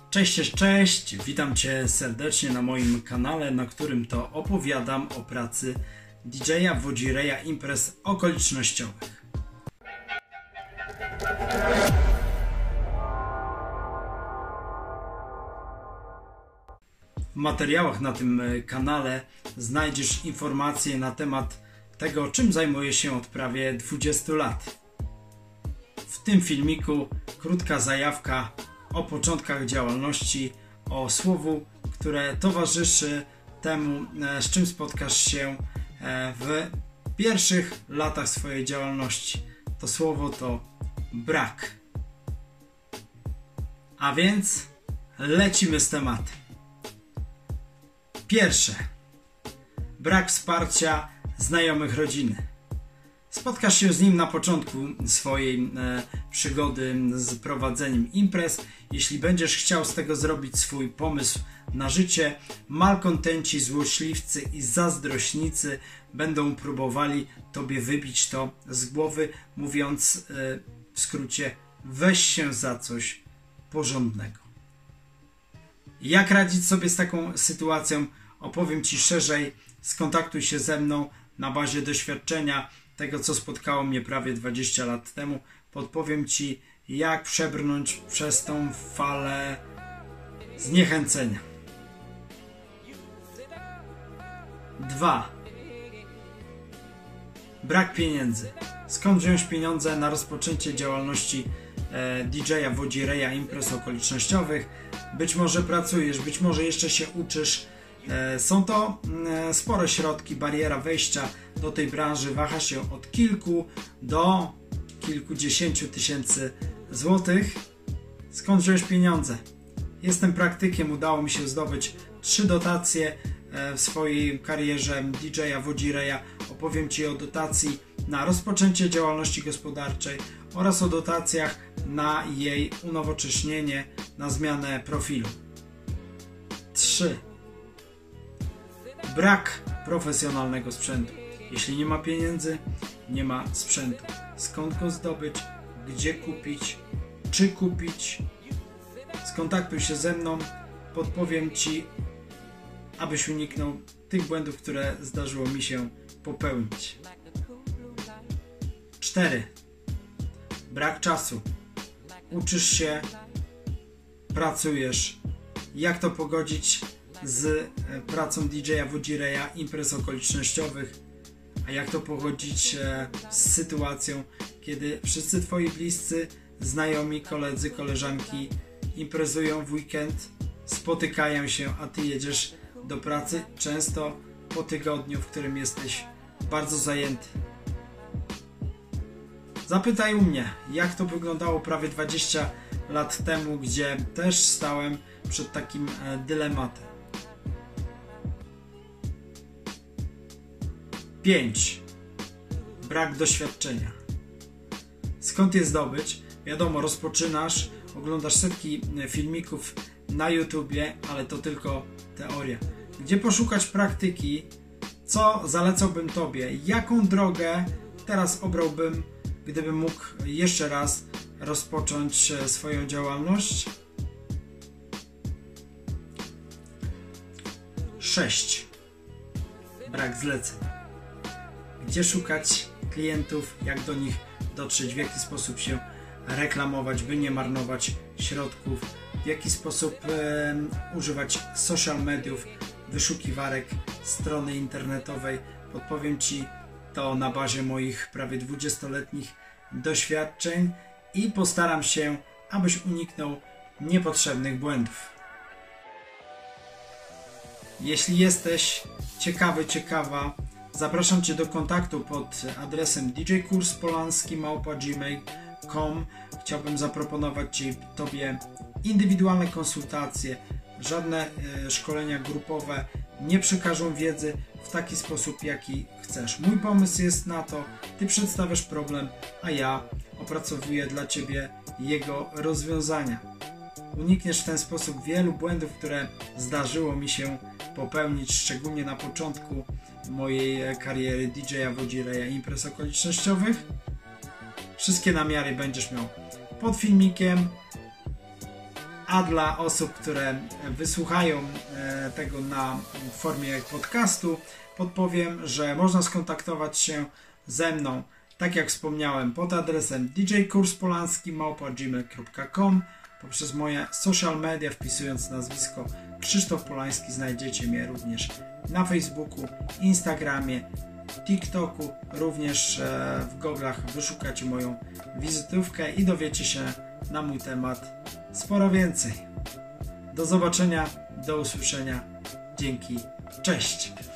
Cześć, cześć, cześć! Witam Cię serdecznie na moim kanale, na którym to opowiadam o pracy DJ-a, wodzireja imprez okolicznościowych. W materiałach na tym kanale znajdziesz informacje na temat tego, czym zajmuję się od prawie 20 lat. W tym filmiku krótka zajawka o początkach działalności, o słowu, które towarzyszy temu, z czym spotkasz się w pierwszych latach swojej działalności. To słowo to brak. A więc lecimy z tematem. Pierwsze. Brak wsparcia znajomych, rodziny. Spotkasz się z nim na początku swojej przygody z prowadzeniem imprez. Jeśli będziesz chciał z tego zrobić swój pomysł na życie, malkontenci, złośliwcy i zazdrośnicy będą próbowali Tobie wybić to z głowy, mówiąc w skrócie: weź się za coś porządnego. Jak radzić sobie z taką sytuacją, opowiem Ci szerzej. Skontaktuj się ze mną na bazie doświadczenia tego, co spotkało mnie prawie 20 lat temu. Podpowiem Ci, jak przebrnąć przez tą falę zniechęcenia. 2. Brak pieniędzy. Skąd wziąć pieniądze na rozpoczęcie działalności DJ-a, wodzireja imprez okolicznościowych? Być może pracujesz, być może jeszcze się uczysz. Są to spore środki, bariera wejścia do tej branży waha się od kilku do kilkudziesięciu tysięcy złotych. Skąd wziąć pieniądze? Jestem praktykiem, udało mi się zdobyć 3 dotacje w swojej karierze DJ-a, wodzireja. Opowiem Ci o dotacji na rozpoczęcie działalności gospodarczej oraz o dotacjach na jej unowocześnienie, na zmianę profilu. 3. Brak profesjonalnego sprzętu. Jeśli nie ma pieniędzy, nie ma sprzętu. Skąd go zdobyć? Gdzie kupić? Czy kupić? Skontaktuj się ze mną. Podpowiem Ci, abyś uniknął tych błędów, które zdarzyło mi się popełnić. 4. Brak czasu. Uczysz się, pracujesz. Jak to pogodzić z pracą DJ-a, wodzireja imprez okolicznościowych? A jak to pogodzić z sytuacją, kiedy wszyscy Twoi bliscy, znajomi, koledzy, koleżanki imprezują w weekend, spotykają się, a Ty jedziesz do pracy często po tygodniu, w którym jesteś bardzo zajęty? Zapytaj u mnie, jak to wyglądało prawie 20 lat temu, gdzie też stałem przed takim dylematem. 5. Brak doświadczenia. Skąd je zdobyć? Wiadomo, rozpoczynasz, oglądasz setki filmików na YouTubie, ale to tylko teoria. Gdzie poszukać praktyki? Co zalecałbym Tobie? Jaką drogę teraz obrałbym, gdybym mógł jeszcze raz rozpocząć swoją działalność? 6. Brak zleceń. Gdzie szukać klientów, jak do nich dotrzeć, w jaki sposób się reklamować, by nie marnować środków, w jaki sposób używać social mediów, wyszukiwarek, strony internetowej. Podpowiem Ci to na bazie moich prawie 20-letnich doświadczeń i postaram się, abyś uniknął niepotrzebnych błędów. Jeśli jesteś ciekawy, ciekawa, zapraszam Cię do kontaktu pod adresem djkurspolański@gmail.com. Chciałbym zaproponować Tobie indywidualne konsultacje. Żadne szkolenia grupowe nie przekażą wiedzy w taki sposób, jaki chcesz. Mój pomysł jest na to: Ty przedstawiasz problem, a ja opracowuję dla Ciebie jego rozwiązania. Unikniesz w ten sposób wielu błędów, które zdarzyło mi się popełnić, szczególnie na początku mojej kariery DJ-a, wodzireja imprez okolicznościowych. Wszystkie namiary będziesz miał pod filmikiem, A dla osób, które wysłuchają tego na formie podcastu, podpowiem, że można skontaktować się ze mną, tak jak wspomniałem, pod adresem djkurspolański@gmail.com, poprzez moje social media, wpisując nazwisko Krzysztof Polański znajdziecie mnie również na Facebooku, Instagramie, TikToku, również w goglach wyszukacie moją wizytówkę i dowiecie się na mój temat sporo więcej. Do zobaczenia, do usłyszenia. Dzięki, cześć!